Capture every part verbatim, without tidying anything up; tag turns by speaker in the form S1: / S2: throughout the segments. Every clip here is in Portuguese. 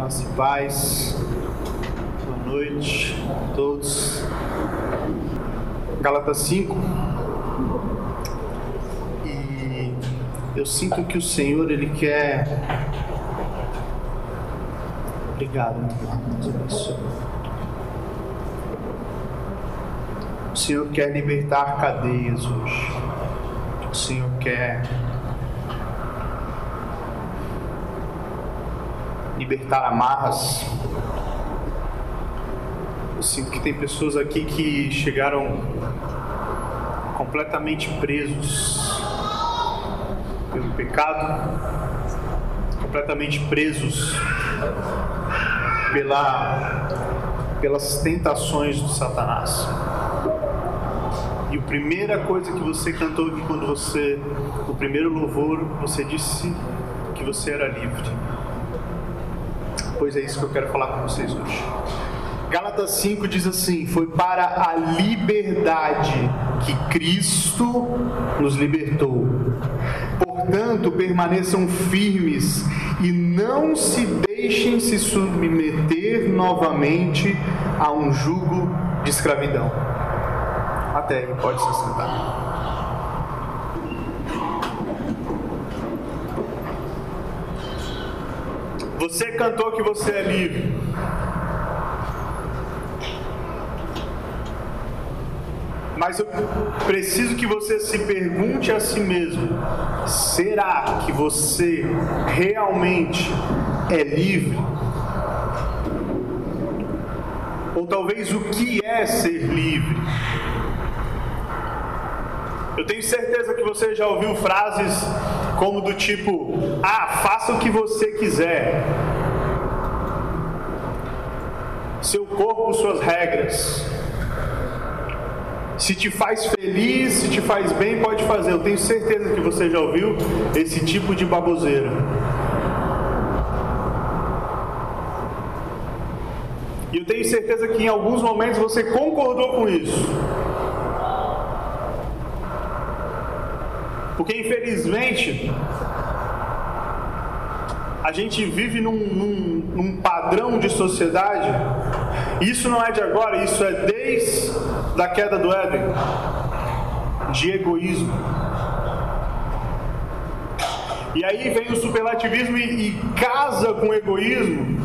S1: Graça e paz. Boa noite a todos. Gálatas cinco. E eu sinto que o Senhor, Ele quer... Obrigado, meu irmão. Deus abençoe. O Senhor quer libertar cadeias hoje. O Senhor quer libertar amarras. Eu sinto que tem pessoas aqui que chegaram completamente presos pelo pecado, completamente presos pela, pelas tentações do Satanás. E a primeira coisa que você cantou aqui quando você, no primeiro louvor, você disse que você era livre. Pois é isso que eu quero falar com vocês hoje. Gálatas cinco diz assim: foi para a liberdade que Cristo nos libertou. Portanto, permaneçam firmes e não se deixem se submeter novamente a um jugo de escravidão. Até aí, pode se sentar. Você cantou que você é livre. Mas eu preciso que você se pergunte a si mesmo: será que você realmente é livre? Ou talvez o que é ser livre? Eu tenho certeza que você já ouviu frases como do tipo: ah, faça o que você quiser. Seu corpo, suas regras. Se te faz feliz, se te faz bem, pode fazer. Eu tenho certeza que você já ouviu esse tipo de baboseira. E eu tenho certeza que em alguns momentos você concordou com isso. Porque infelizmente a gente vive num, num, num padrão de sociedade. Isso não é de agora, isso é desde a queda do Éden, de egoísmo. E aí vem o superlativismo e, e casa com o egoísmo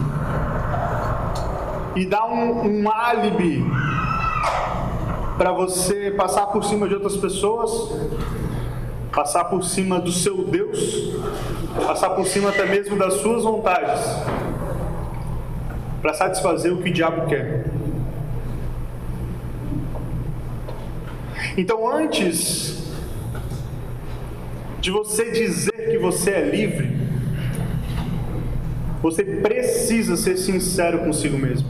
S1: e dá um, um álibi para você passar por cima de outras pessoas, passar por cima do seu Deus, passar por cima até mesmo das suas vontades, para satisfazer o que o diabo quer. Então, antes de você dizer que você é livre, você precisa ser sincero consigo mesmo,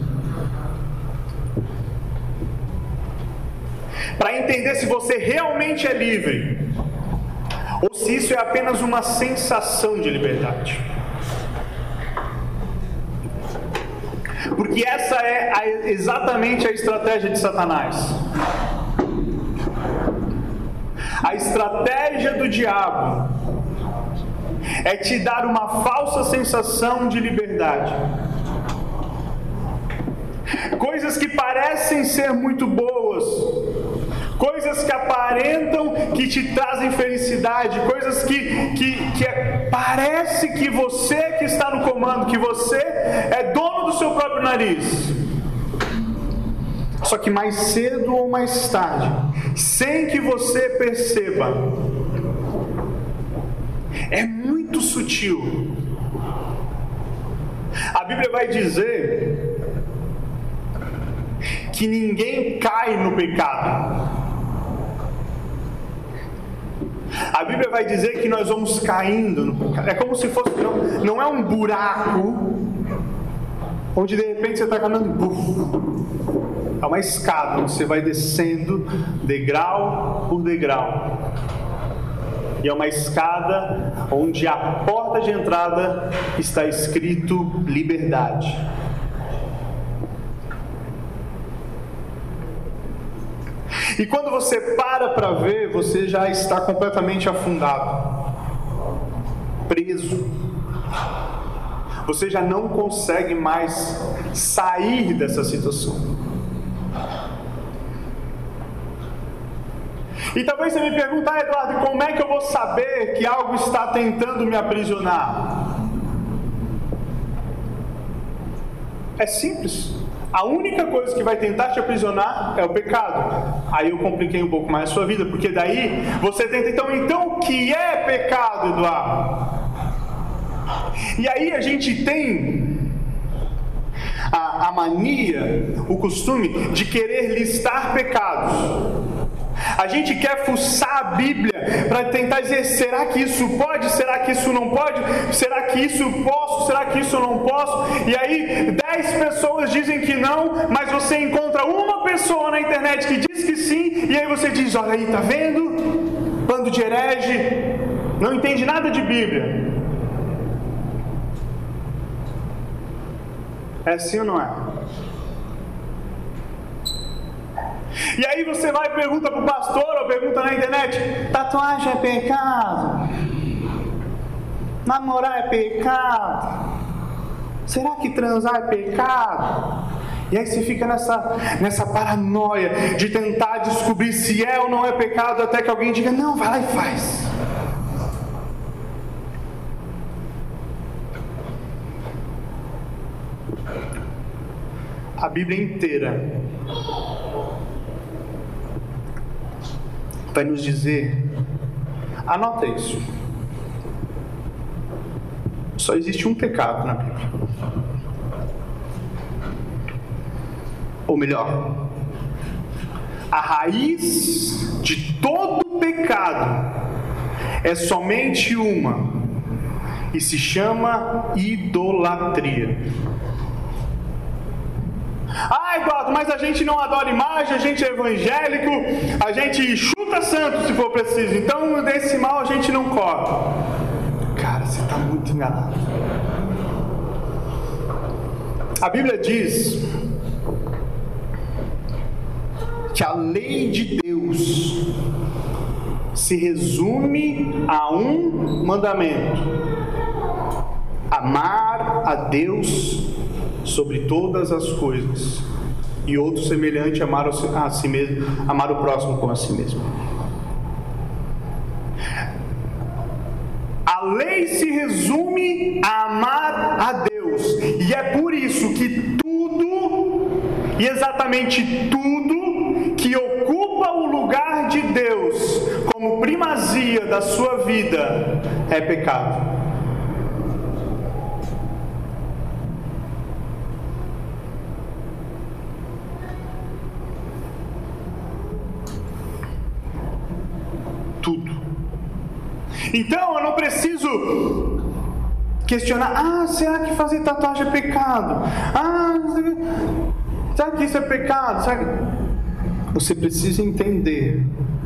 S1: para entender se você realmente é livre ou se isso é apenas uma sensação de liberdade. Porque essa é a, exatamente a estratégia de Satanás. A estratégia do diabo é te dar uma falsa sensação de liberdade. Coisas que parecem ser muito boas, coisas que aparentam que te trazem felicidade, coisas que, que, que é, parece que você que está no comando, que você é dono do seu próprio nariz. Só que mais cedo ou mais tarde, sem que você perceba, é muito sutil. A Bíblia vai dizer que ninguém cai no pecado. A Bíblia vai dizer que nós vamos caindo no pecado. É como se fosse, não, não é um buraco onde de repente você está caminhando e buf, é uma escada onde você vai descendo degrau por degrau. E é uma escada onde a porta de entrada está escrito liberdade. E quando você para para ver, você já está completamente afundado, preso. você já não consegue mais sair dessa situação. E talvez você me pergunte, ah, Eduardo, como é que eu vou saber que algo está tentando me aprisionar? É simples. A única coisa que vai tentar te aprisionar é o pecado. Aí eu compliquei um pouco mais a sua vida, porque daí você tenta, então, então o que é pecado, Eduardo? E aí a gente tem a, a mania, o costume de querer listar pecados. A gente quer fuçar a Bíblia para tentar dizer, será que isso pode? Será que isso não pode? Será que isso eu posso? Será que isso eu não posso? E aí dez pessoas dizem que não, mas você encontra uma pessoa na internet que diz que sim, e aí você diz, olha aí, tá vendo? Bando de herege, não entende nada de Bíblia. É assim ou não é? E aí você vai e pergunta para o pastor, ou pergunta na internet, tatuagem é pecado? Namorar é pecado? Será que transar é pecado? E aí você fica nessa, nessa paranoia de tentar descobrir se é ou não é pecado, até que alguém diga, não, vai lá e faz. A Bíblia inteira vai nos dizer, anota isso, só existe um pecado na Bíblia. Ou melhor, a raiz de todo pecado é somente uma, e se chama idolatria. Ah, Eduardo, mas a gente não adora imagem, a gente é evangélico, a gente chuta santo se for preciso, então desse mal a gente não corre. Cara, você está muito enganado. A Bíblia diz que a lei de Deus se resume a um mandamento: amar a Deus sobre todas as coisas, e outro semelhante, amar a si mesmo, amar o próximo como a si mesmo. A lei se resume a amar a Deus, e é por isso que tudo, e exatamente tudo, que ocupa o lugar de Deus como primazia da sua vida é pecado. Tudo. Então eu não preciso questionar, ah, será que fazer tatuagem é pecado? Ah, será que isso é pecado? Será que... Você precisa entender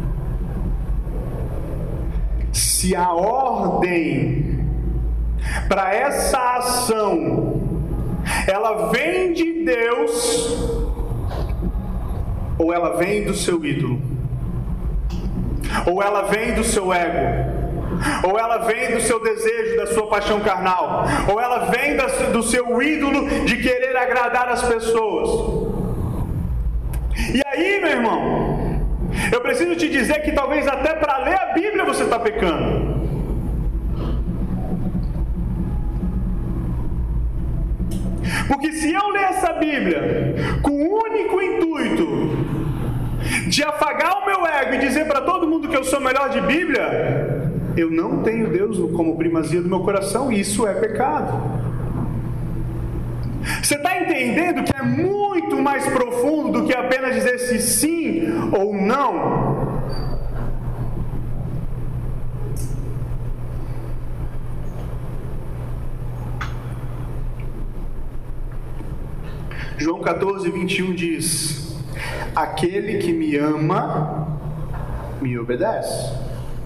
S1: se a ordem para essa ação ela vem de Deus ou ela vem do seu ídolo. Ou ela vem do seu ego, ou ela vem do seu desejo, da sua paixão carnal, ou ela vem do seu ídolo de querer agradar as pessoas. E aí, meu irmão, eu preciso te dizer que talvez até para ler a Bíblia você está pecando. Porque se eu ler essa Bíblia com o único intuito de afagar o meu ego e dizer para todo mundo que eu sou melhor de Bíblia, eu não tenho Deus como primazia do meu coração, e isso é pecado. Você está entendendo que é muito mais profundo do que apenas dizer se sim ou não? João catorze, vinte e um diz: aquele que me ama, me obedece.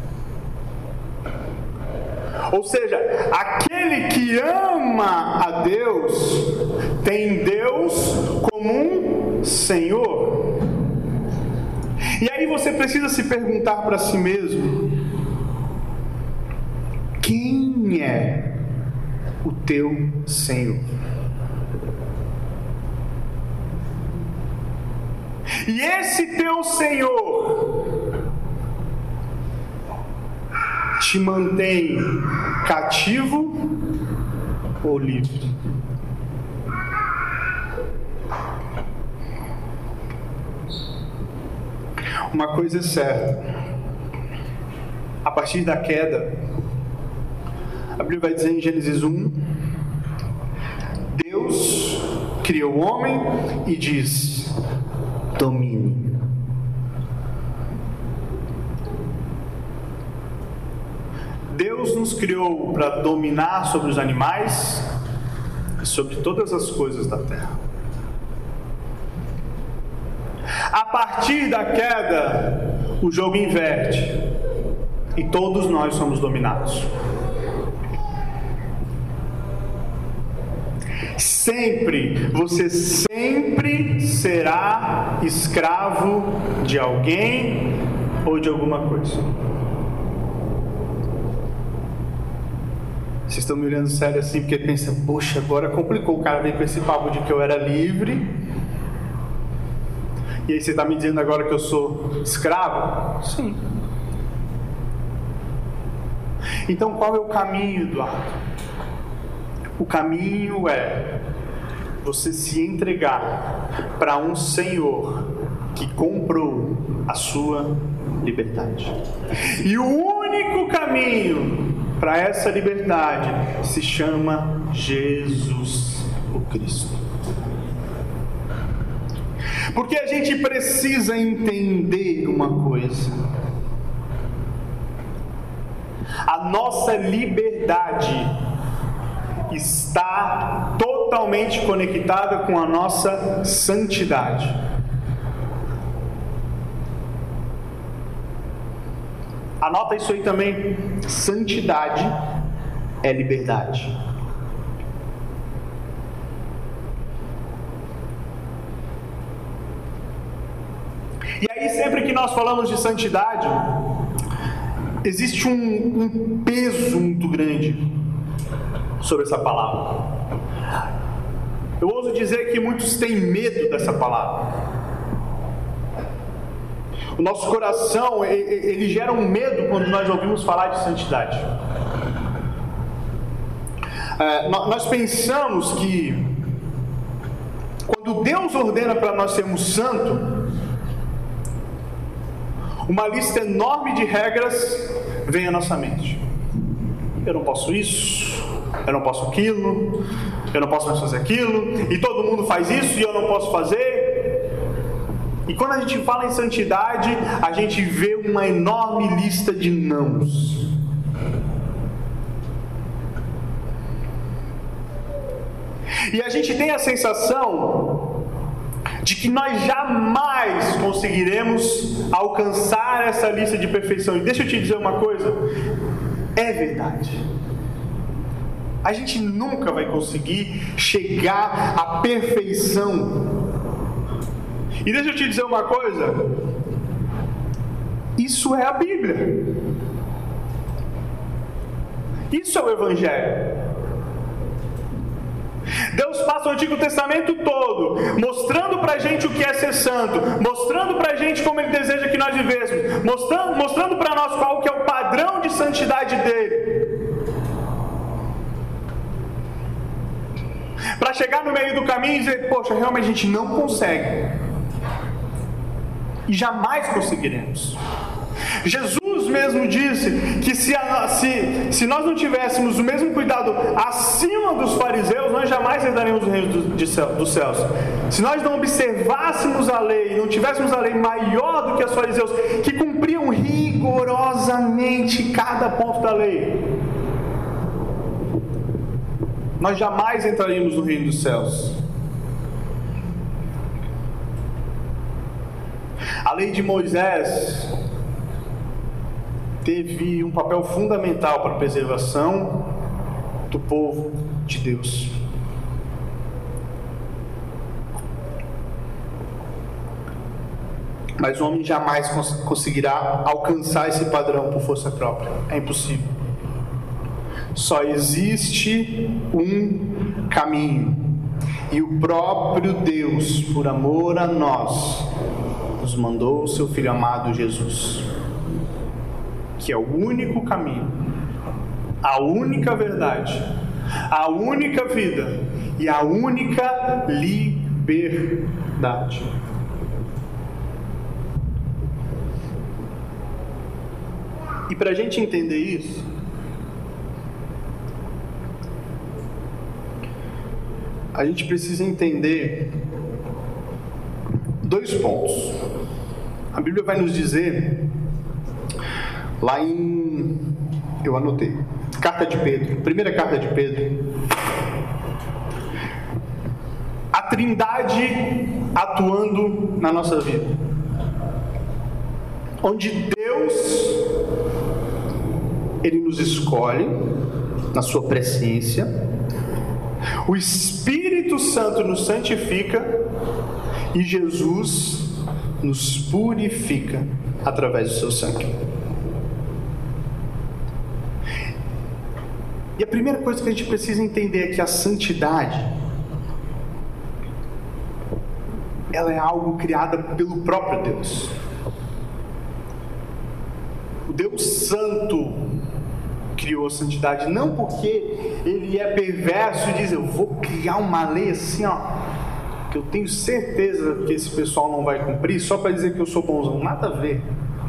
S1: Ou seja, aquele que ama a Deus, tem Deus como um Senhor. E aí você precisa se perguntar para si mesmo: quem é o teu Senhor. E esse teu Senhor te mantém cativo ou livre? Uma coisa é certa: a partir da queda, a Bíblia vai dizer em Gênesis um, Deus criou o homem e diz: domine. Deus nos criou para dominar sobre os animais e sobre todas as coisas da terra. A partir da queda, o jogo inverte e todos nós somos dominados. Sempre, você sempre será escravo de alguém ou de alguma coisa. Vocês estão me olhando sério assim porque pensa, poxa, agora complicou, o cara veio com esse papo de que eu era livre. E aí você está me dizendo agora que eu sou escravo? Sim. Então qual é o caminho, Eduardo? O caminho é você se entregar para um Senhor que comprou a sua liberdade. E o único caminho para essa liberdade se chama Jesus o Cristo. Porque a gente precisa entender uma coisa: a nossa liberdade está totalmente conectada com a nossa santidade. Anota isso aí também: santidade é liberdade. E aí, sempre que nós falamos de santidade, existe um, um peso muito grande sobre essa palavra. Eu ouso dizer que muitos têm medo dessa palavra. O nosso coração, ele, ele gera um medo quando nós ouvimos falar de santidade. É, nós pensamos que quando Deus ordena para nós sermos santos, uma lista enorme de regras vem à nossa mente. Eu não posso isso, eu não posso aquilo, eu não posso mais fazer aquilo, e todo mundo faz isso e eu não posso fazer. E quando a gente fala em santidade, a gente vê uma enorme lista de nãos. E a gente tem a sensação de que nós jamais conseguiremos alcançar essa lista de perfeição. E deixa eu te dizer uma coisa: é verdade. A gente nunca vai conseguir chegar à perfeição. E deixa eu te dizer uma coisa: isso é a Bíblia. Isso é o Evangelho. Deus passa o Antigo Testamento todo mostrando pra gente o que é ser santo, mostrando pra gente como Ele deseja que nós vivêssemos, mostrando, mostrando pra nós qual que é o padrão de santidade dele, para chegar no meio do caminho e dizer, poxa, realmente a gente não consegue e jamais conseguiremos. Jesus mesmo disse que se, a, se, se nós não tivéssemos o mesmo cuidado acima dos fariseus, nós jamais herdaremos o reino do, de céu, dos céus. Se nós não observássemos a lei, não tivéssemos a lei maior do que os fariseus, que cumpriam rigorosamente cada ponto da lei, nós jamais entraríamos no reino dos céus. A lei de Moisés teve um papel fundamental para a preservação do povo de Deus. Mas o homem jamais cons- conseguirá alcançar esse padrão por força própria. É impossível. Só existe um caminho. E o próprio Deus, por amor a nós, nos mandou o seu Filho amado Jesus, que é o único caminho, a única verdade, a única vida e a única liberdade. E para a gente entender isso, a gente precisa entender dois pontos. A Bíblia vai nos dizer, lá em, eu anotei, carta de Pedro, primeira carta de Pedro, a Trindade atuando na nossa vida, onde Deus, Ele nos escolhe na sua presciência, o Espírito Santo nos santifica e Jesus nos purifica através do seu sangue. E a primeira coisa que a gente precisa entender é que a santidade, ela é algo criada pelo próprio Deus. O Deus Santo criou a santidade, não porque ele é perverso e diz, eu vou criar uma lei assim, ó, que eu tenho certeza que esse pessoal não vai cumprir, só para dizer que eu sou bonzão. Nada a ver.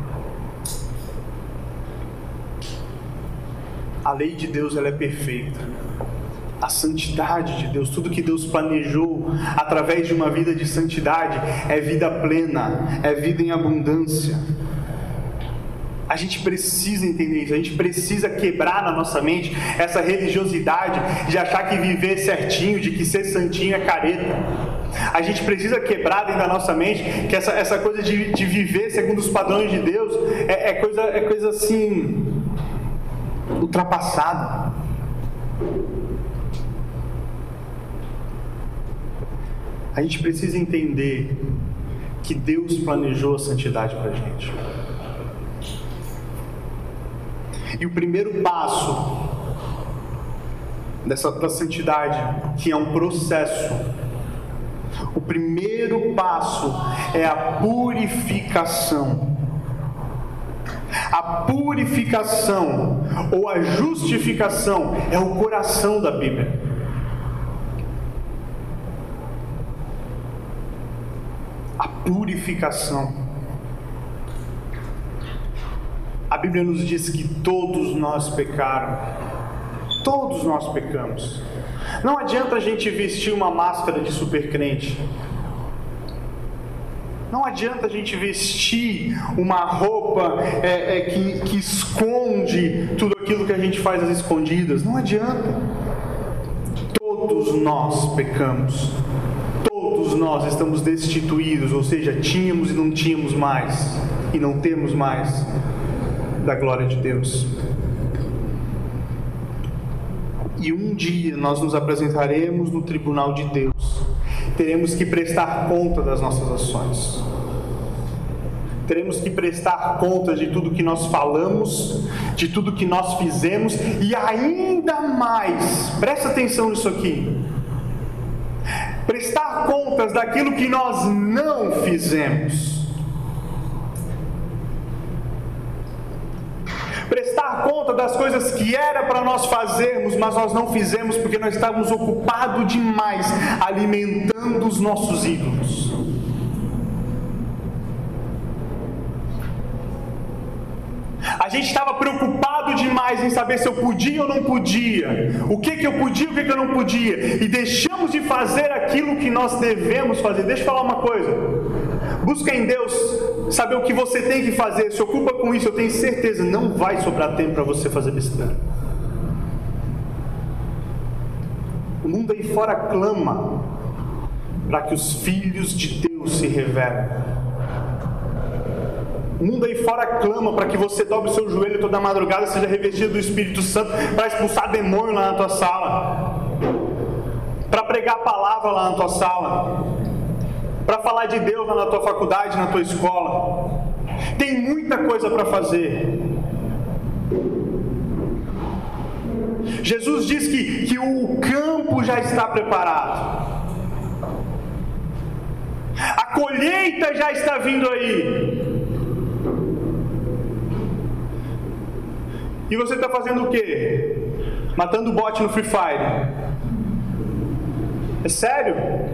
S1: A lei de Deus, ela é perfeita. A santidade de Deus, tudo que Deus planejou através de uma vida de santidade é vida plena, é vida em abundância. A gente precisa entender isso, a gente precisa quebrar na nossa mente essa religiosidade de achar que viver certinho, de que ser santinho é careta. A gente precisa quebrar dentro da nossa mente que essa, essa coisa de, de viver segundo os padrões de Deus é, é, coisa, é coisa assim, ultrapassada. A gente precisa entender que Deus planejou a santidade para a gente. E o primeiro passo dessa da santidade, que é um processo, o primeiro passo é a purificação. A purificação ou a justificação é o coração da Bíblia. A purificação. A Bíblia nos diz que todos nós pecaram. Todos nós pecamos. Não adianta a gente vestir uma máscara de super crente. Não adianta a gente vestir uma roupa é, é, que, que esconde tudo aquilo que a gente faz às escondidas. Não adianta. Todos nós pecamos. Todos nós estamos destituídos, ou seja, tínhamos e não tínhamos mais, e não temos mais da glória de Deus. E um dia nós nos apresentaremos no tribunal de Deus. Teremos que prestar conta das nossas ações. Teremos que prestar conta de tudo que nós falamos, de tudo que nós fizemos, e ainda mais, presta atenção nisso aqui, prestar contas daquilo que nós não fizemos. Prestar conta das coisas que era para nós fazermos, mas nós não fizemos porque nós estávamos ocupados demais alimentando os nossos ídolos. A gente estava preocupado demais em saber se eu podia ou não podia, o que que eu podia e o que que eu não podia, e deixamos de fazer aquilo que nós devemos fazer. Deixa eu falar uma coisa: busca em Deus saber o que você tem que fazer, se ocupa com isso, eu tenho certeza, não vai sobrar tempo para você fazer besteira. O mundo aí fora clama para que os filhos de Deus se revelem. O mundo aí fora clama para que você dobre o seu joelho toda madrugada, seja revestido do Espírito Santo para expulsar demônio lá na tua sala, para pregar a palavra lá na tua sala, para falar de Deus lá na tua faculdade, na tua escola. Tem muita coisa para fazer. Jesus diz que, que o campo já está preparado. A colheita já está vindo aí. E você está fazendo o quê? Matando bot no Free Fire. É sério?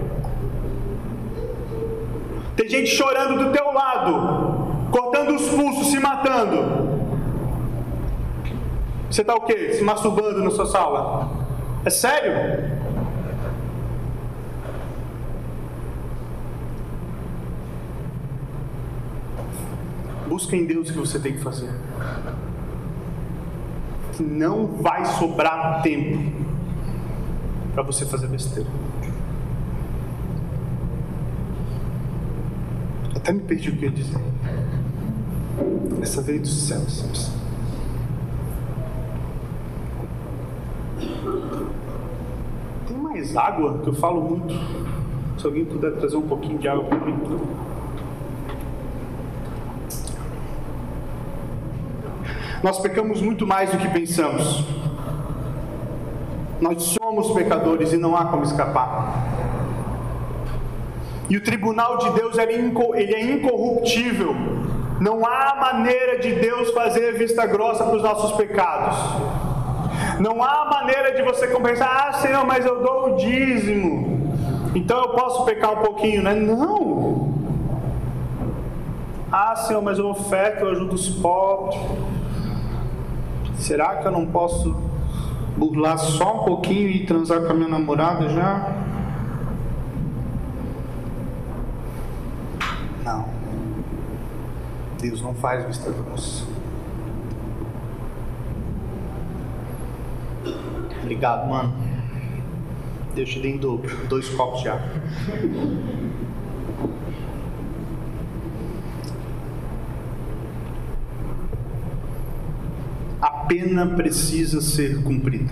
S1: Tem gente chorando do teu lado, cortando os pulsos, se matando. Você está o quê? Se masturbando na sua sala? É sério? Busca em Deus o que você tem que fazer. Que não vai sobrar tempo para você fazer besteira. Até me perdi o que eu ia dizer. Essa veio do céu, Simples. Tem mais água? Que eu falo muito. Se alguém puder trazer um pouquinho de água para mim. Nós pecamos muito mais do que pensamos. Nós somos pecadores e não há como escapar. E o tribunal de Deus ele é incorruptível. Não há maneira de Deus fazer vista grossa para os nossos pecados. Não há maneira de você compensar. Ah, Senhor, mas eu dou o dízimo, então eu posso pecar um pouquinho, né? Não. Ah, Senhor, mas eu oferto, eu ajudo os pobres. Será que eu não posso burlar só um pouquinho e transar com a minha namorada já? Não. Deus não faz vista grossa. Obrigado, mano. Deus te dê em dobro. Dois copos de água. A pena precisa ser cumprida.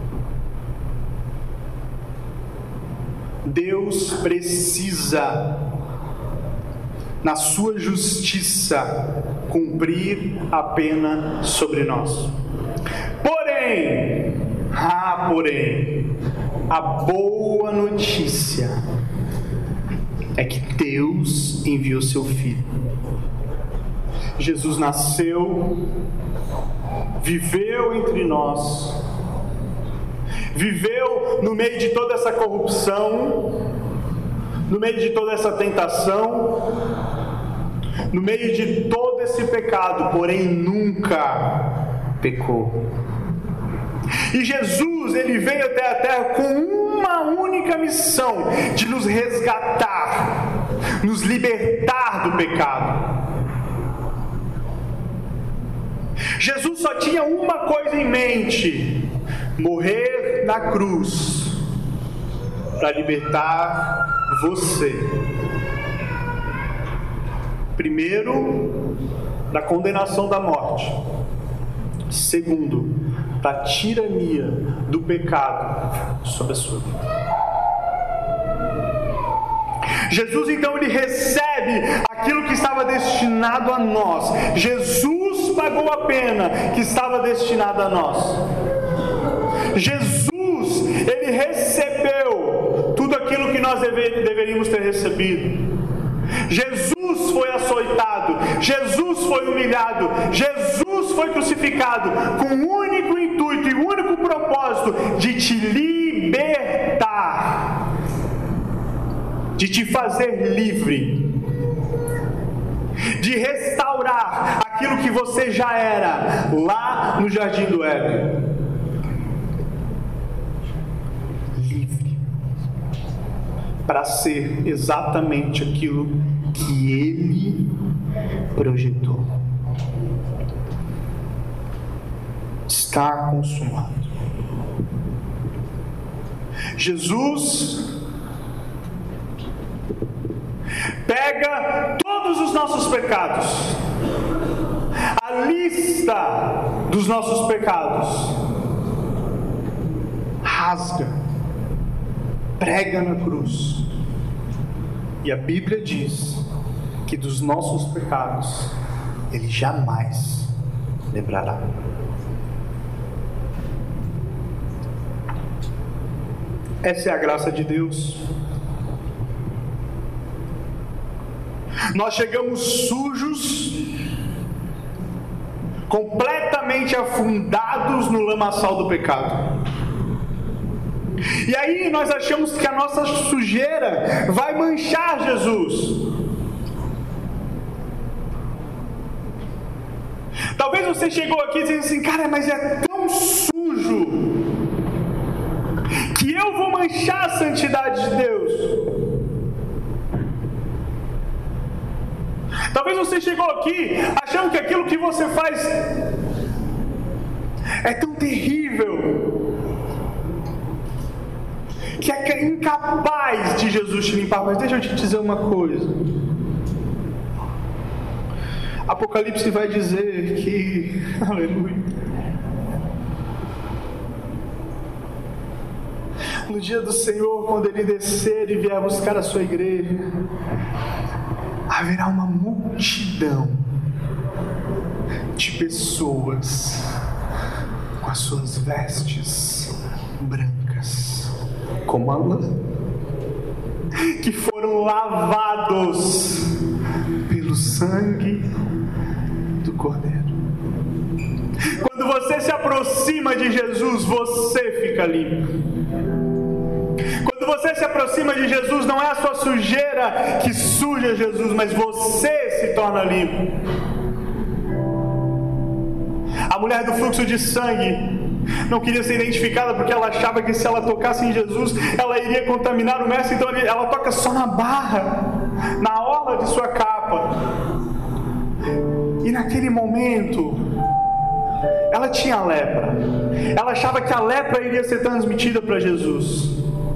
S1: Deus precisa, na sua justiça, cumprir a pena sobre nós. Porém, ah, porém, a boa notícia é que Deus enviou seu Filho. Jesus nasceu, viveu entre nós, viveu no meio de toda essa corrupção, no meio de toda essa tentação, no meio de todo esse pecado, porém nunca pecou. E Jesus, ele veio até a terra com uma única missão: de nos resgatar, nos libertar do pecado. Jesus só tinha uma coisa em mente: morrer na cruz para libertar você. Primeiro, da condenação da morte. Segundo, da tirania do pecado sobre a sua vida. Jesus então ele recebe aquilo que estava destinado a nós. Jesus pagou a pena que estava destinada a nós. Jesus ele recebeu tudo aquilo que nós deve, deveríamos ter recebido. Jesus foi açoitado, Jesus foi humilhado, Jesus foi crucificado com o único intuito e o único propósito de te libertar, de te fazer livre, de restaurar aquilo que você já era lá no Jardim do Éden. Livre para ser exatamente aquilo que Ele projetou. Está consumado. Jesus pega todos os nossos pecados, a lista dos nossos pecados, rasga, prega na cruz, e a Bíblia diz que dos nossos pecados Ele jamais lembrará. Essa é a graça de Deus. Nós chegamos sujos, completamente afundados no lamaçal do pecado. E aí nós achamos que a nossa sujeira vai manchar Jesus. Talvez você chegou aqui dizendo assim: cara, mas é tão sujo que eu vou manchar a santidade de Deus. Talvez você chegou aqui achando que aquilo que você faz é tão terrível que é incapaz de Jesus te limpar. Mas deixa eu te dizer uma coisa. Apocalipse vai dizer que, aleluia, no dia do Senhor, quando Ele descer e vier buscar a sua igreja, haverá uma multidão de pessoas com as suas vestes brancas como a lã, que foram lavados pelo sangue do Cordeiro. Quando você se aproxima de Jesus, você fica limpo. Quando você se aproxima de Jesus, não é a sua sujeira que suja Jesus, mas você se torna limpo. A mulher do fluxo de sangue não queria ser identificada porque ela achava que se ela tocasse em Jesus, ela iria contaminar o mestre. Então ela toca só na barra, na orla de sua capa. E naquele momento, ela tinha lepra. Ela achava que a lepra iria ser transmitida para Jesus.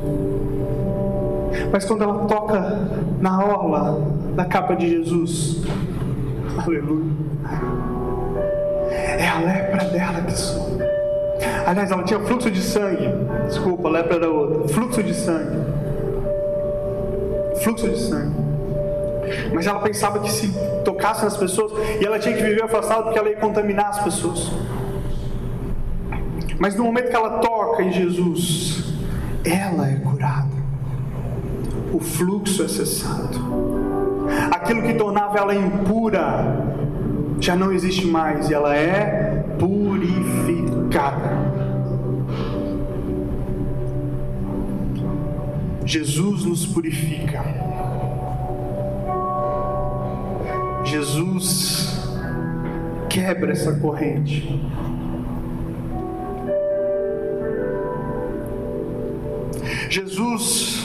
S1: Mas quando ela toca na orla da capa de Jesus, aleluia, é a lepra dela que sobe. Aliás, ela tinha fluxo de sangue. Desculpa, a lepra era outra. Fluxo de sangue. Fluxo de sangue. Mas ela pensava que se tocasse nas pessoas, e ela tinha que viver afastada porque ela ia contaminar as pessoas. Mas no momento que ela toca em Jesus, ela é curada. O fluxo é cessado. Aquilo que tornava ela impura já não existe mais, e ela é purificada. Jesus nos purifica. Jesus quebra essa corrente. Jesus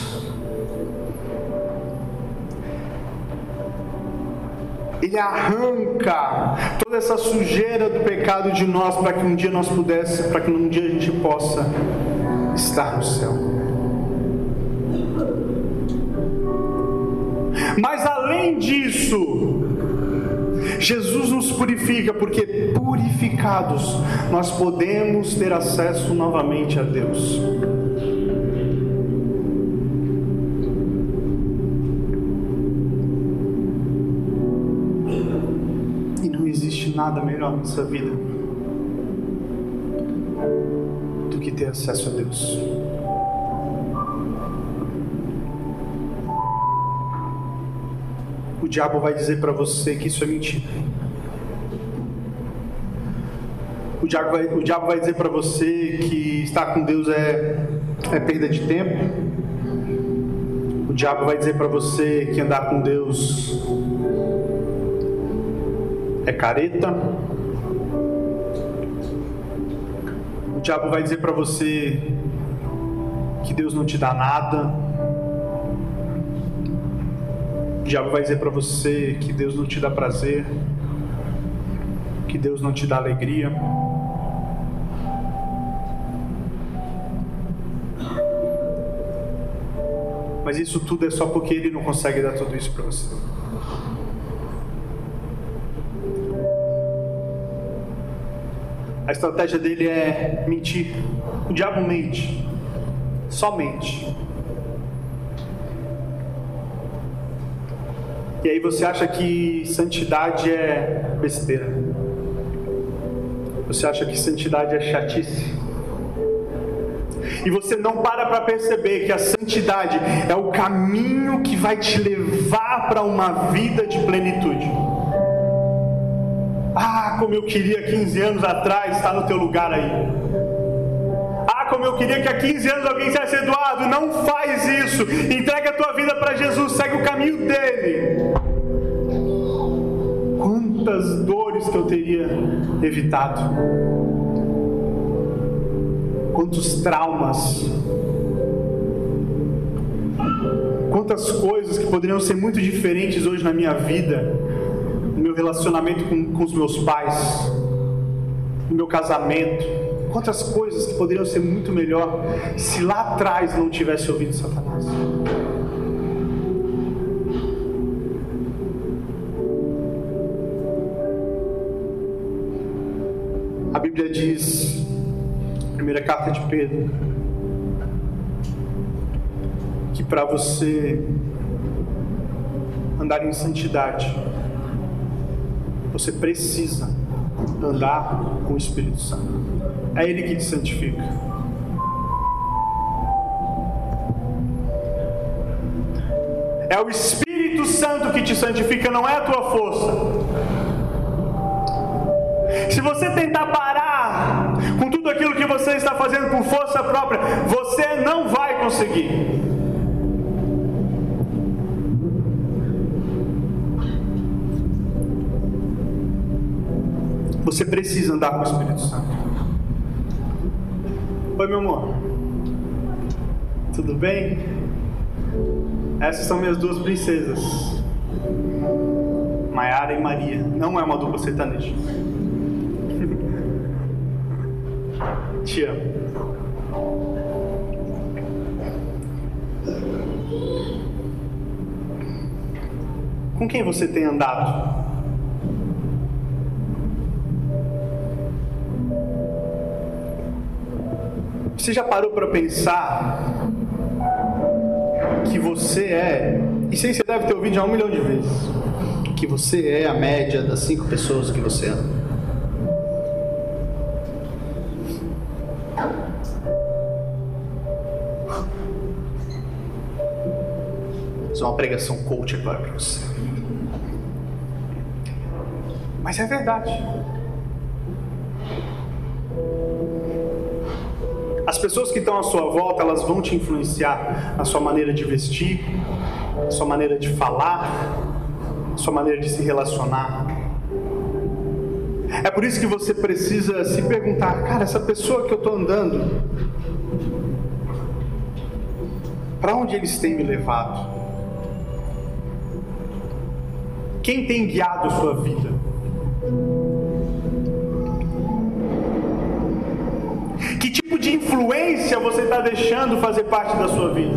S1: Ele arranca toda essa sujeira do pecado de nós, para que um dia nós pudéssemos, para que um dia a gente possa estar no céu. Mas além disso, Jesus nos purifica, porque purificados nós podemos ter acesso novamente a Deus. Nada melhor nessa vida do que ter acesso a Deus. O diabo vai dizer para você que isso é mentira. O diabo vai, o diabo vai dizer para você que estar com Deus é, é perda de tempo. O diabo vai dizer para você que andar com Deus é careta. O diabo vai dizer para você que Deus não te dá nada. O diabo vai dizer para você que Deus não te dá prazer, que Deus não te dá alegria. Mas isso tudo é só porque ele não consegue dar tudo isso para você. A estratégia dele é mentir. O diabo mente. Só mente. E aí você acha que santidade é besteira. Você acha que santidade é chatice. E você não para para perceber que a santidade é o caminho que vai te levar para uma vida de plenitude. Ah, como eu queria quinze anos atrás estar no teu lugar aí. Ah, como eu queria que há quinze anos alguém dissesse: Eduardo, não faz isso. Entrega a tua vida para Jesus, segue o caminho dele. Quantas dores que eu teria evitado. Quantos traumas. Quantas coisas que poderiam ser muito diferentes hoje na minha vida, no meu relacionamento com, com os meus pais, no meu casamento. Quantas coisas que poderiam ser muito melhor se lá atrás não tivesse ouvido Satanás. A Bíblia diz, primeira carta de Pedro, que para você andar em santidade, você precisa andar com o Espírito Santo. É Ele que te santifica. É o Espírito Santo que te santifica, não é a tua força. Se você tentar parar com tudo aquilo que você está fazendo por força própria, você não vai conseguir. Você precisa andar com o Espírito Santo. Oi, meu amor. Tudo bem? Essas são minhas duas princesas, Maiara e Maria. Não é uma dupla sertaneja. Te amo. Com quem você tem andado? Você já parou para pensar que você é, isso aí você deve ter ouvido já um milhão de vezes, que você é a média das cinco pessoas que você ama? Vou fazer uma pregação coach agora para você. Mas é verdade. As pessoas que estão à sua volta, elas vão te influenciar na sua maneira de vestir, na sua maneira de falar, na sua maneira de se relacionar. É por isso que você precisa se perguntar: cara, essa pessoa que eu estou andando, para onde eles têm me levado? Quem tem guiado a sua vida? Que tipo de influência você está deixando fazer parte da sua vida?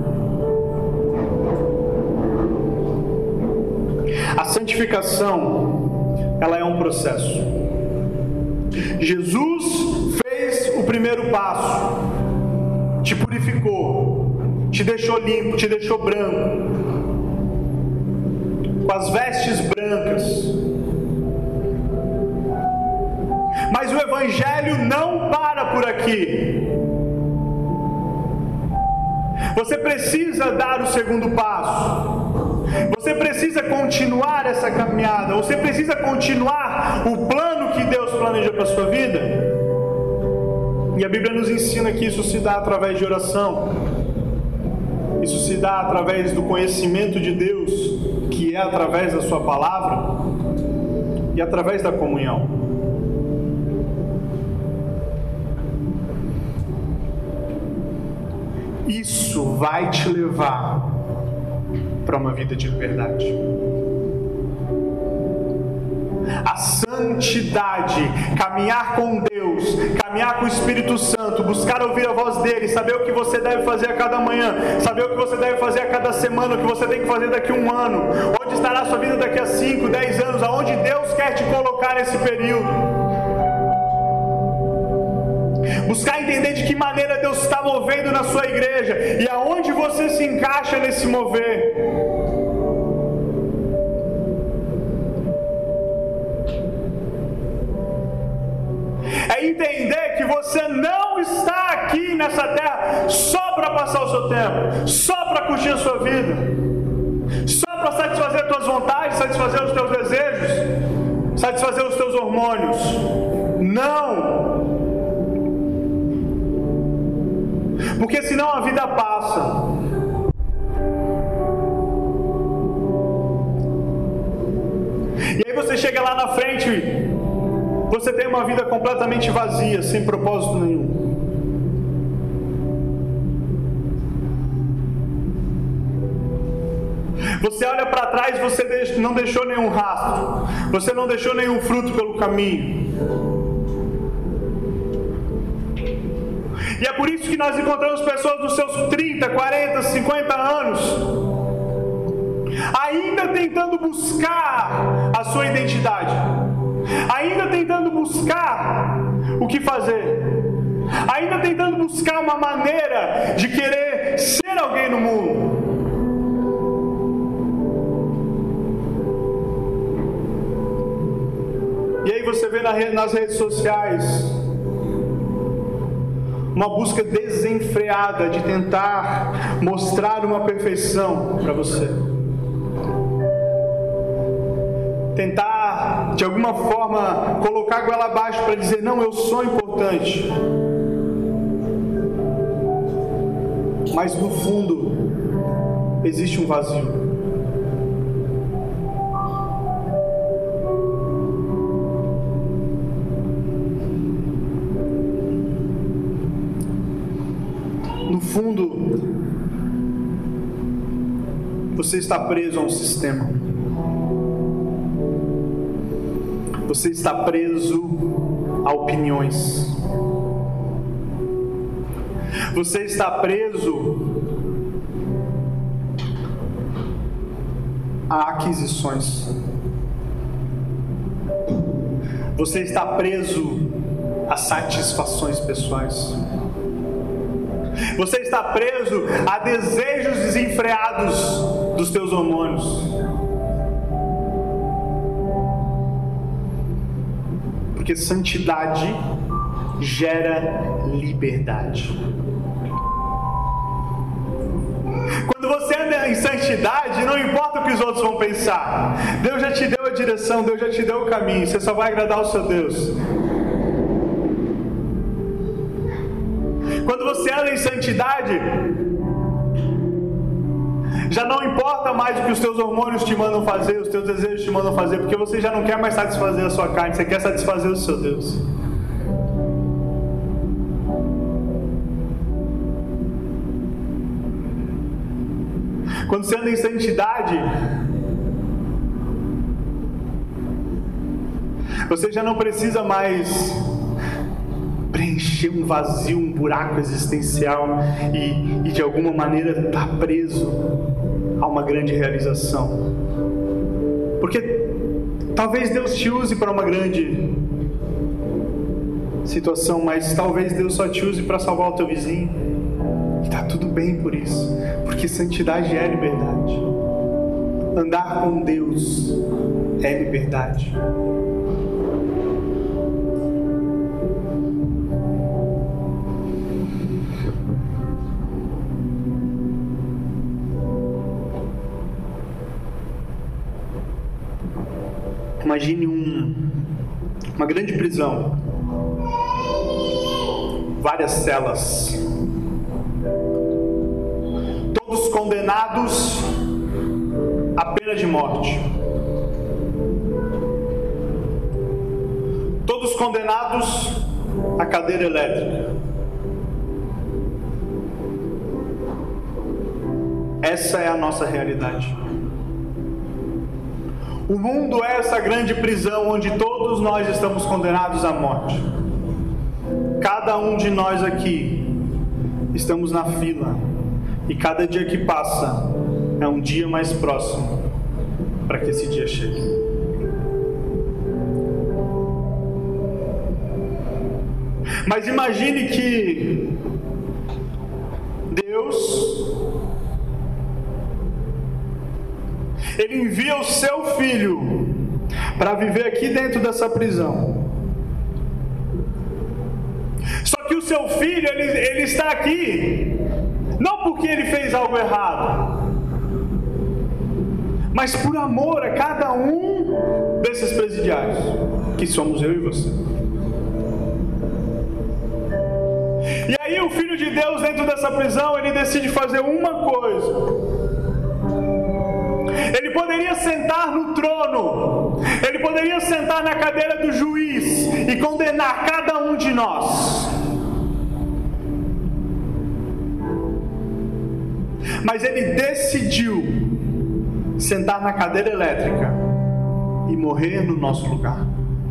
S1: A santificação, ela é um processo. Jesus fez o primeiro passo, te purificou, te deixou limpo, te deixou branco, com as vestes brancas. Mas o Evangelho não para por aqui. Você precisa dar o segundo passo. Você precisa continuar essa caminhada. Você precisa continuar o plano que Deus planeja para a sua vida. E a Bíblia nos ensina que isso se dá através de oração. Isso se dá através do conhecimento de Deus, que é através da sua palavra, e através da comunhão. Isso vai te levar para uma vida de liberdade. A santidade, caminhar com Deus, caminhar com o Espírito Santo, buscar ouvir a voz dele, saber o que você deve fazer a cada manhã, saber o que você deve fazer a cada semana, o que você tem que fazer daqui a um ano, onde estará a sua vida daqui a cinco, dez anos, aonde Deus quer te colocar nesse período. Buscar entender de que maneira Deus está movendo na sua igreja e aonde você se encaixa nesse mover. É entender que você não está aqui nessa terra só para passar o seu tempo, só para curtir a sua vida, só para satisfazer as tuas vontades, satisfazer os teus desejos, satisfazer os teus hormônios. Não! Porque senão a vida passa. E aí você chega lá na frente, você tem uma vida completamente vazia, sem propósito nenhum. Você olha para trás e você não deixou nenhum rastro, você não deixou nenhum fruto pelo caminho. E é por isso que nós encontramos pessoas dos seus trinta, quarenta, cinquenta anos, ainda tentando buscar a sua identidade, ainda tentando buscar o que fazer, ainda tentando buscar uma maneira de querer ser alguém no mundo. E aí você vê nas redes sociais uma busca desenfreada de tentar mostrar uma perfeição para você. Tentar, de alguma forma, colocar a goela abaixo para dizer, não, eu sou importante. Mas no fundo, existe um vazio. No fundo, você está preso a um sistema. Você está preso a opiniões. Você está preso a aquisições. Você está preso a satisfações pessoais. Você está preso a desejos desenfreados dos teus hormônios. Porque santidade gera liberdade. Quando você anda em santidade, não importa o que os outros vão pensar. Deus já te deu a direção, Deus já te deu o caminho. Você só vai agradar o seu Deus. Quando você anda em santidade, já não importa mais o que os teus hormônios te mandam fazer, os teus desejos te mandam fazer, porque você já não quer mais satisfazer a sua carne, você quer satisfazer o seu Deus. Quando você anda em santidade, você já não precisa mais preencher um vazio, um buraco existencial e, e de alguma maneira estar preso a uma grande realização. Porque talvez Deus te use para uma grande situação, mas talvez Deus só te use para salvar o teu vizinho. E está tudo bem por isso, porque santidade é liberdade. Andar com Deus é liberdade. Imagine um, uma grande prisão, várias celas, todos condenados à pena de morte, todos condenados à cadeira elétrica. Essa é a nossa realidade. O mundo é essa grande prisão onde todos nós estamos condenados à morte. Cada um de nós aqui estamos na fila e cada dia que passa é um dia mais próximo para que esse dia chegue. Mas imagine que Deus, Ele envia o seu filho para viver aqui dentro dessa prisão. Só que o seu filho, ele, ele está aqui, não porque ele fez algo errado, mas por amor a cada um desses presidiários, que somos eu e você. E aí o Filho de Deus, dentro dessa prisão, ele decide fazer uma coisa. Ele poderia sentar no trono, ele poderia sentar na cadeira do juiz e condenar cada um de nós. Mas ele decidiu sentar na cadeira elétrica e morrer no nosso lugar.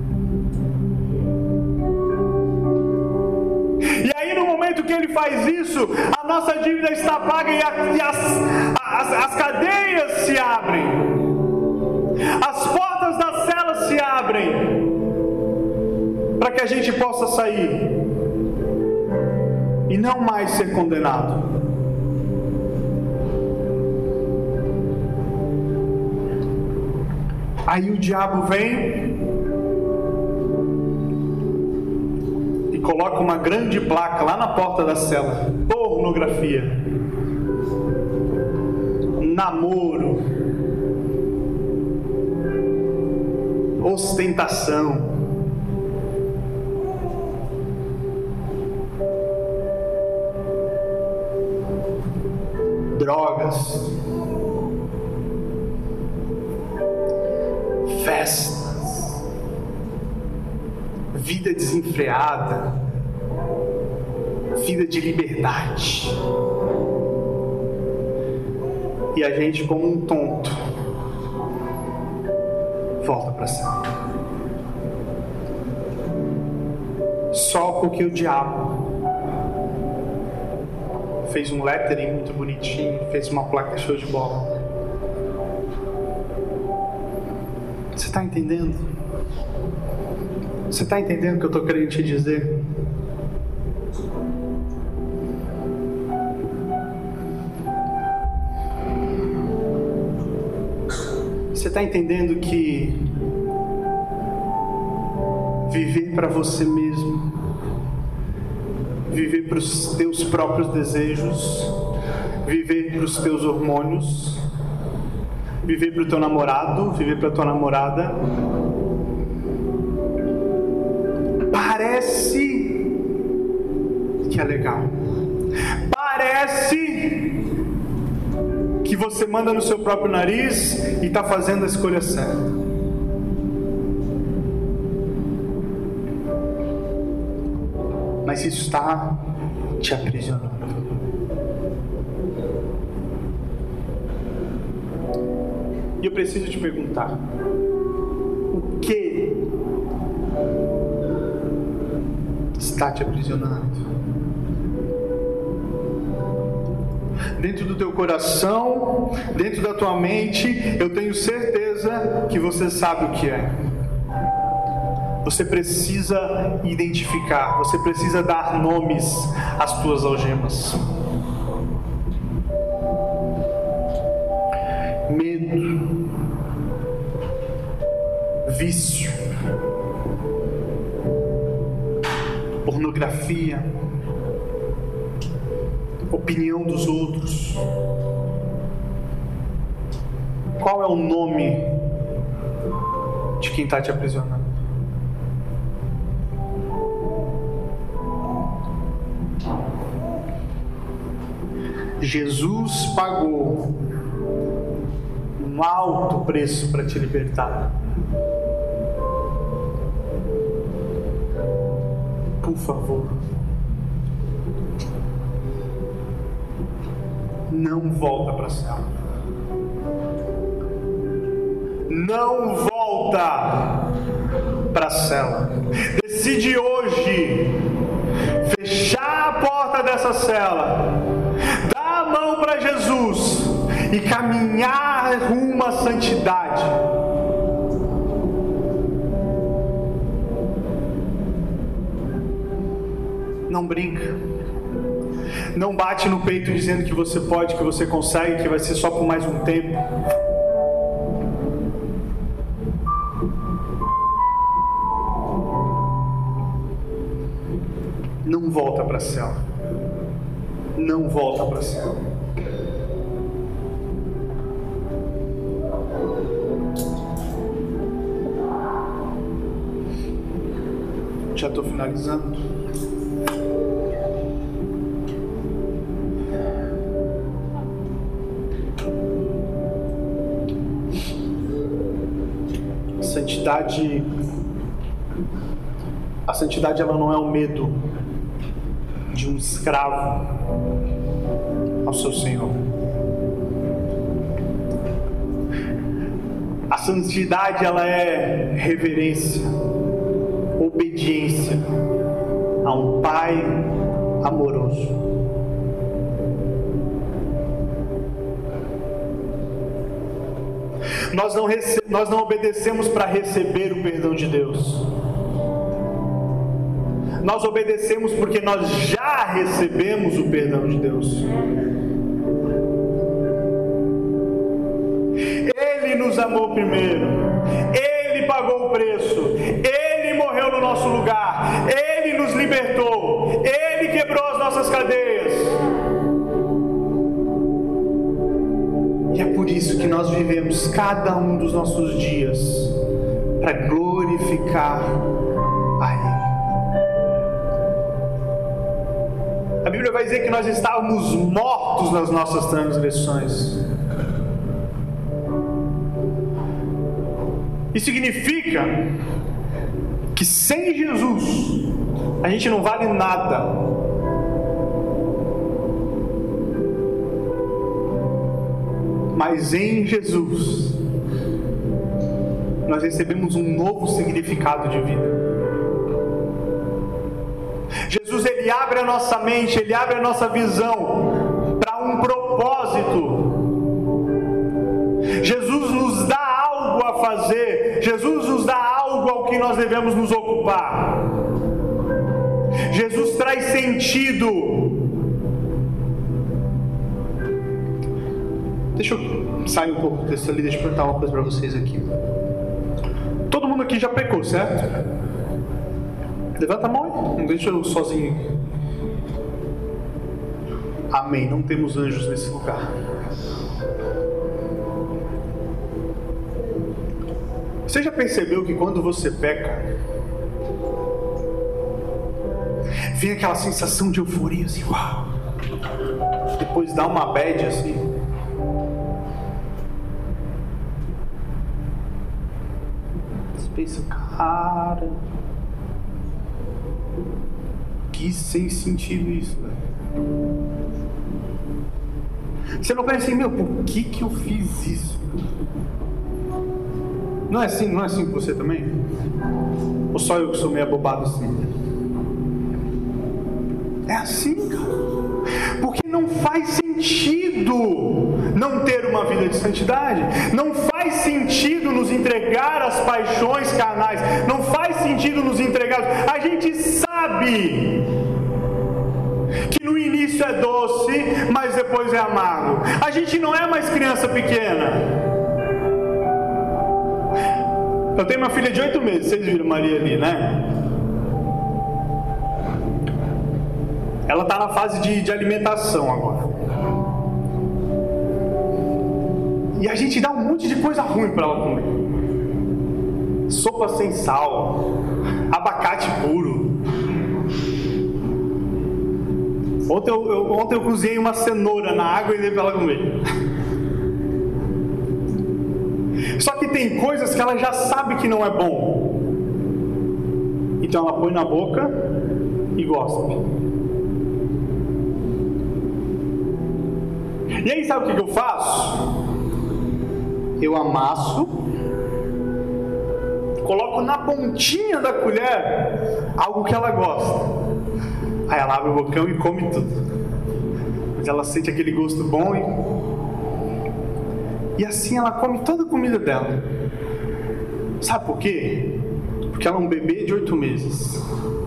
S1: E aí, no momento que ele faz isso, a nossa dívida está paga e, a, e as, as, as cadeias se abrem, as portas das celas se abrem, para que a gente possa sair e não mais ser condenado. Aí o diabo vem e coloca uma grande placa lá na porta da cela: pornografia, namoro, ostentação. Drogas, festas, vida desenfreada, vida de liberdade. E a gente, como um tonto, volta para cima. Só porque o diabo fez um lettering muito bonitinho, fez uma placa show de bola. Você está entendendo? Você está entendendo o que eu estou querendo te dizer? Você está entendendo que viver para você mesmo, viver para os teus próprios desejos, viver para os teus hormônios, viver para o teu namorado, viver para a tua namorada, parece que é legal, parece que você manda no seu próprio nariz e está fazendo a escolha certa. Mas isso está te aprisionando. E eu preciso te perguntar: o que está te aprisionando? Dentro do teu coração, dentro da tua mente, eu tenho certeza que você sabe o que é. Você precisa identificar, você precisa dar nomes às tuas algemas. Medo, vício, pornografia, opinião dos outros. Qual é o nome de quem está te aprisionando? Jesus pagou um alto preço para te libertar. Por favor, não volta para a cela. Não volta para a cela. Decide hoje fechar a porta dessa cela, dar a mão para Jesus e caminhar rumo à santidade. Não brinca. Não bate no peito dizendo que você pode, que você consegue, que vai ser só por mais um tempo. não volta para a cela. Não volta para a cela. Já estou finalizando. Santidade, a santidade ela não é o medo de um escravo ao seu Senhor. A santidade ela é reverência, obediência a um Pai amoroso. Nós não, rece- nós não obedecemos para receber o perdão de Deus. Nós obedecemos porque nós já recebemos o perdão de Deus. Ele nos amou primeiro. Ele pagou o preço. Ele morreu no nosso lugar. Ele nos libertou. Ele quebrou as nossas cadeias. E é por isso que nós vivemos cada um dos nossos dias para glorificar a Ele. A Bíblia vai dizer que nós estávamos mortos nas nossas transgressões. Isso significa que sem Jesus a gente não vale nada. Mas em Jesus nós recebemos um novo significado de vida. Jesus, Ele abre a nossa mente, Ele abre a nossa visão para um propósito. Jesus nos dá algo a fazer, Jesus nos dá algo ao que nós devemos nos ocupar. Jesus traz sentido. Deixa eu sair um pouco do texto ali, deixa eu perguntar uma coisa para vocês aqui. Todo mundo aqui já pecou, certo? Levanta a mão aí, não deixa eu sozinho. Amém, não temos anjos nesse lugar. Você já percebeu que quando você peca, vem aquela sensação de euforia assim, uau. Depois dá uma bad assim. Pensa, cara, que sem sentido isso, velho. Você não pensa assim, meu, por que que eu fiz isso? Não é assim, não é assim com você também? Ou só eu que sou meio abobado assim? É assim, cara. Porque não faz sentido não ter uma vida de santidade. Não faz sentido nos entregar às paixões carnais. Não faz sentido nos entregar. A gente sabe que no início é doce, mas depois é amargo. A gente não é mais criança pequena. Eu tenho uma filha de oito meses. Vocês viram Maria ali, né? Ela está na fase de, de alimentação agora. E a gente dá um monte de coisa ruim para ela comer. Sopa sem sal, abacate puro. Ontem eu, eu, ontem eu cozinhei uma cenoura na água e dei para ela comer. Só que tem coisas que ela já sabe que não é bom. Então ela põe na boca e gosta. E aí sabe o que eu faço? Eu amasso, coloco na pontinha da colher algo que ela gosta. Aí ela abre o bocão e come tudo. Mas ela sente aquele gosto bom e... E assim ela come toda a comida dela. Sabe por quê? Porque ela é um bebê de oito meses.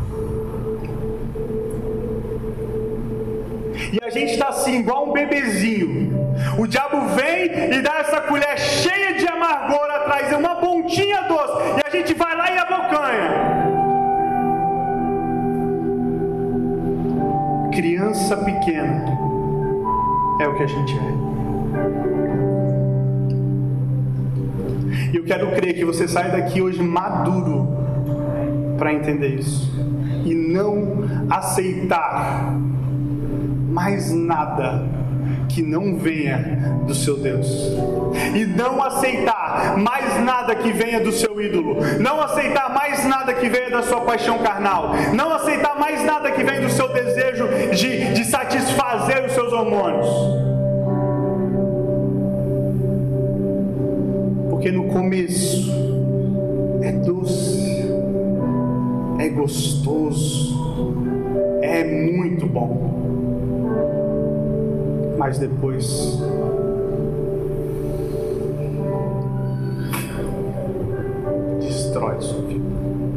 S1: E a gente está assim, igual um bebezinho. O diabo vem e dá essa colher cheia de amargor atrás, é uma pontinha doce, e a gente vai lá e abocanha. é o que a gente é. E eu quero crer que você sai daqui hoje maduro para entender isso e não aceitar mais nada que não venha do seu Deus, e não aceitar mais nada que venha do seu ídolo, não aceitar mais nada que venha da sua paixão carnal, não aceitar mais nada que venha do seu desejo de, de satisfazer os seus hormônios, porque no começo é doce, é gostoso, é muito bom, mas depois destrói sua vida.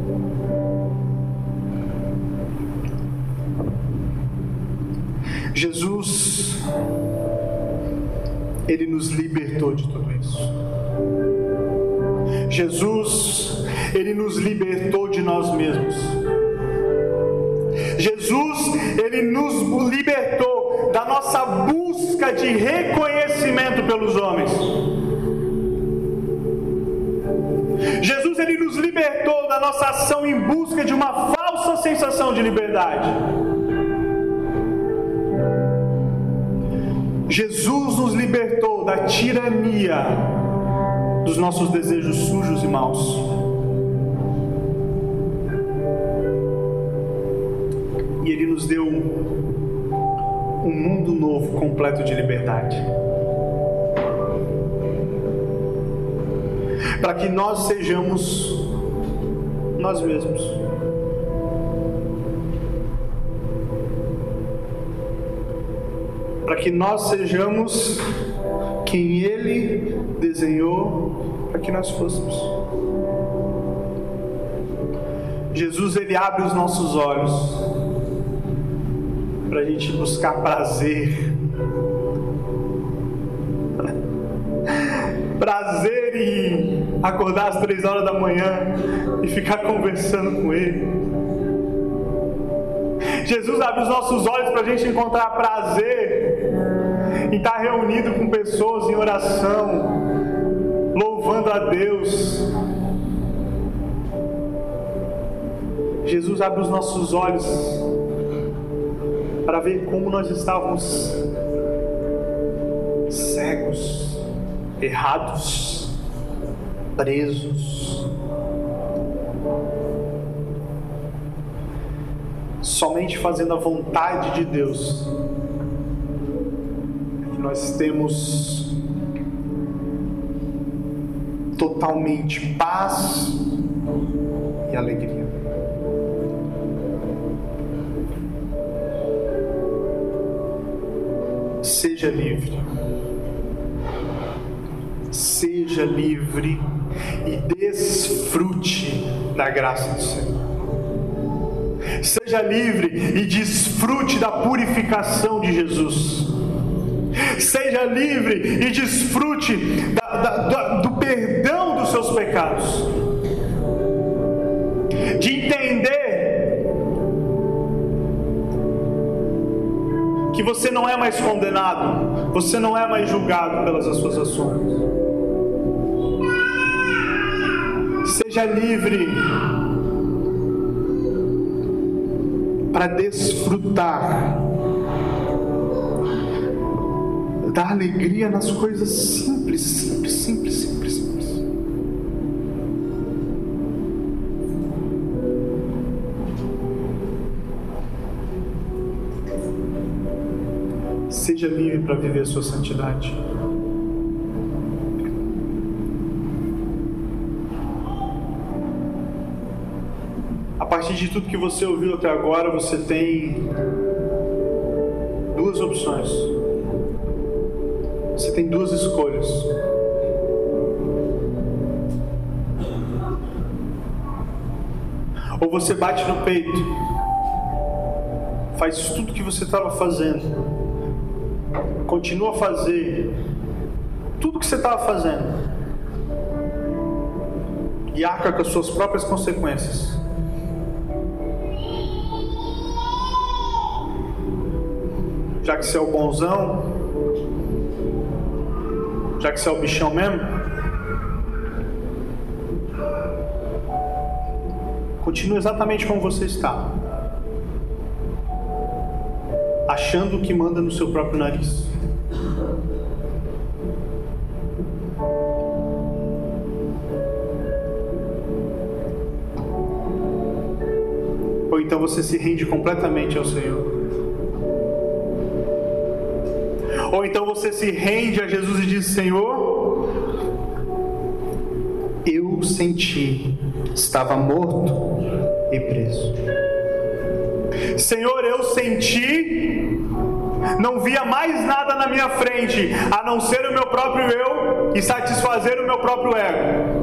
S1: Jesus, Ele nos libertou de tudo isso. Jesus, Ele nos libertou de nós mesmos. Jesus, Ele nos libertou da nossa busca de reconhecimento pelos homens. Jesus, Ele nos libertou da nossa ação em busca de uma falsa sensação de liberdade. Jesus nos libertou da tirania dos nossos desejos sujos e maus. E Ele nos deu um mundo novo, completo de liberdade. Para que nós sejamos nós mesmos. Para que nós sejamos quem Ele desenhou para que nós fôssemos. Jesus, Ele abre os nossos olhos para a gente buscar prazer. Prazer em acordar às três horas da manhã e ficar conversando com Ele. Jesus abre os nossos olhos para a gente encontrar prazer em estar reunido com pessoas em oração, louvando a Deus. Jesus abre os nossos olhos para ver como nós estávamos cegos, errados, presos. Somente fazendo a vontade de Deus é que nós temos totalmente paz e alegria. Seja livre. Seja livre e desfrute da graça do Senhor. Seja livre e desfrute da purificação de Jesus. Seja livre e desfrute da, da, da, do perdão dos seus pecados. De entender que você não é mais condenado, você não é mais julgado pelas suas ações. Seja livre para desfrutar da alegria nas coisas simples, simples, simples, simples, simples. Seja livre para viver a sua santidade. A partir de tudo que você ouviu até agora, você tem duas opções. Você tem duas escolhas. Ou você bate no peito, faz tudo que você estava fazendo, continua a fazer tudo que você estava fazendo e arca com as suas próprias consequências. Já que você é o bonzão, Já que você é o bichão mesmo, continue exatamente como você está, achando que manda no seu próprio nariz. Ou então você se rende completamente ao Senhor. Ou então você se rende a Jesus e diz: Senhor, eu senti, estava morto e preso. Senhor, eu senti, não via mais nada na minha frente, a não ser o meu próprio eu e satisfazer o meu próprio ego.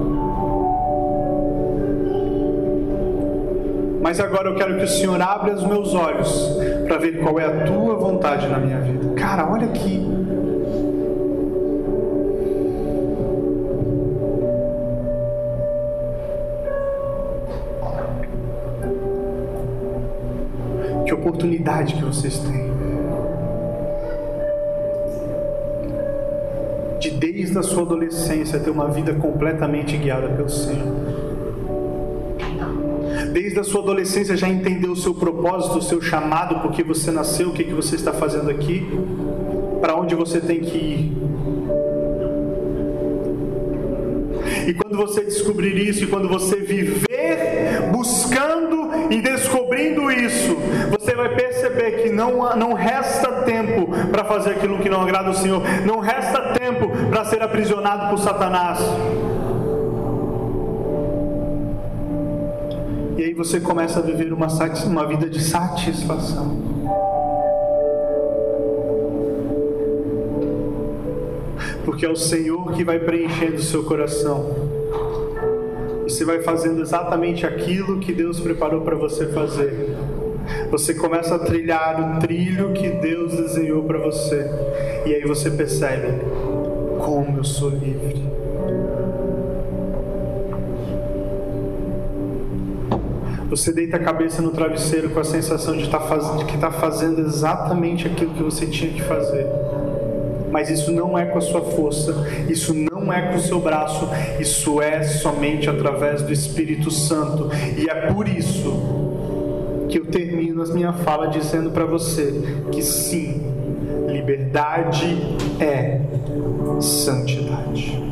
S1: Mas agora eu quero que o Senhor abra os meus olhos para ver qual é a tua vontade na minha vida. Cara, olha aqui. Que oportunidade que vocês têm de, desde a sua adolescência, ter uma vida completamente guiada pelo Senhor. Desde a sua adolescência já entendeu o seu propósito, o seu chamado, porque você nasceu, o que, que você está fazendo aqui, para onde você tem que ir. E quando você descobrir isso, e quando você viver buscando e descobrindo isso, você vai perceber que não, não resta tempo para fazer aquilo que não agrada ao Senhor, não resta tempo para ser aprisionado por Satanás. E aí você começa a viver uma, uma vida de satisfação. Porque é o Senhor que vai preenchendo o seu coração. E você vai fazendo exatamente aquilo que Deus preparou para você fazer. Você começa a trilhar o trilho que Deus desenhou para você. E aí você percebe: como eu sou livre. Você deita a cabeça no travesseiro com a sensação de, tá faz... de que está fazendo exatamente aquilo que você tinha que fazer. Mas isso não é com a sua força, isso não é com o seu braço, isso é somente através do Espírito Santo. E é por isso que eu termino a minha fala dizendo para você que sim, liberdade é santidade.